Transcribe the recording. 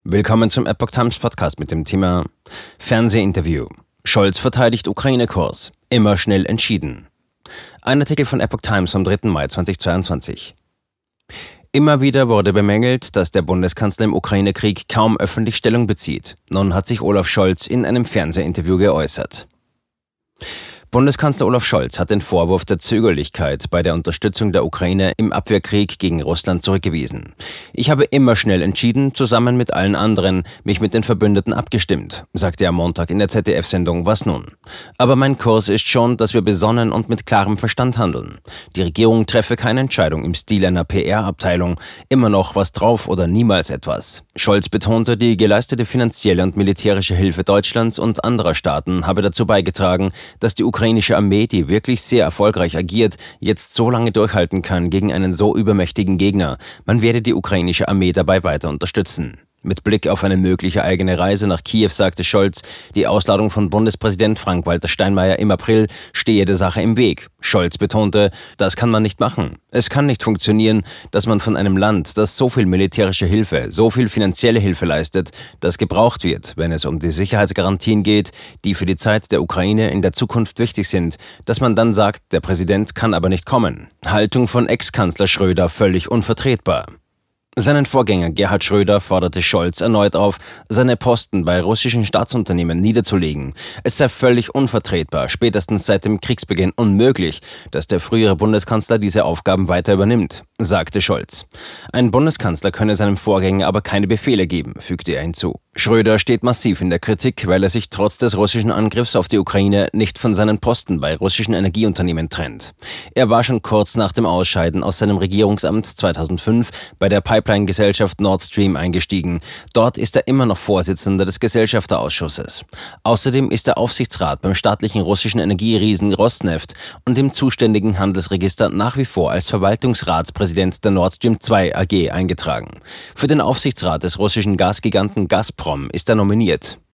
Willkommen zum Epoch Times Podcast mit dem Thema Fernsehinterview. Scholz verteidigt Ukraine-Kurs. Immer schnell entschieden. Ein Artikel von Epoch Times vom 3. Mai 2022. Immer wieder wurde bemängelt, dass der Bundeskanzler im Ukraine-Krieg kaum öffentlich Stellung bezieht. Nun hat sich Olaf Scholz in einem Fernsehinterview geäußert. Bundeskanzler Olaf Scholz hat den Vorwurf der Zögerlichkeit bei der Unterstützung der Ukraine im Abwehrkrieg gegen Russland zurückgewiesen. Ich habe immer schnell entschieden, zusammen mit allen anderen, mich mit den Verbündeten abgestimmt, sagte er am Montag in der ZDF-Sendung Was nun? Aber mein Kurs ist schon, dass wir besonnen und mit klarem Verstand handeln. Die Regierung treffe keine Entscheidung im Stil einer PR-Abteilung, immer noch was drauf oder niemals etwas. Scholz betonte, die geleistete finanzielle und militärische Hilfe Deutschlands und anderer Staaten habe dazu beigetragen, dass die ukrainische Armee, die wirklich sehr erfolgreich agiert, jetzt so lange durchhalten kann gegen einen so übermächtigen Gegner. Man werde die ukrainische Armee dabei weiter unterstützen. Mit Blick auf eine mögliche eigene Reise nach Kiew sagte Scholz, die Ausladung von Bundespräsident Frank-Walter Steinmeier im April stehe der Sache im Weg. Scholz betonte, das kann man nicht machen. Es kann nicht funktionieren, dass man von einem Land, das so viel militärische Hilfe, so viel finanzielle Hilfe leistet, das gebraucht wird, wenn es um die Sicherheitsgarantien geht, die für die Zeit der Ukraine in der Zukunft wichtig sind, dass man dann sagt, der Präsident kann aber nicht kommen. Haltung von Ex-Kanzler Schröder völlig unvertretbar. Seinen Vorgänger Gerhard Schröder forderte Scholz erneut auf, seine Posten bei russischen Staatsunternehmen niederzulegen. Es sei völlig unvertretbar, spätestens seit dem Kriegsbeginn unmöglich, dass der frühere Bundeskanzler diese Aufgaben weiter übernimmt, sagte Scholz. Ein Bundeskanzler könne seinem Vorgänger aber keine Befehle geben, fügte er hinzu. Schröder steht massiv in der Kritik, weil er sich trotz des russischen Angriffs auf die Ukraine nicht von seinen Posten bei russischen Energieunternehmen trennt. Er war schon kurz nach dem Ausscheiden aus seinem Regierungsamt 2005 bei der Pipeline-Gesellschaft Nord Stream eingestiegen. Dort ist er immer noch Vorsitzender des Gesellschafterausschusses. Außerdem ist er Aufsichtsrat beim staatlichen russischen Energieriesen Rosneft und im zuständigen Handelsregister nach wie vor als Verwaltungsratspräsident der Nord Stream 2 AG eingetragen. Für den Aufsichtsrat des russischen Gasgiganten Gazprom ist er nominiert.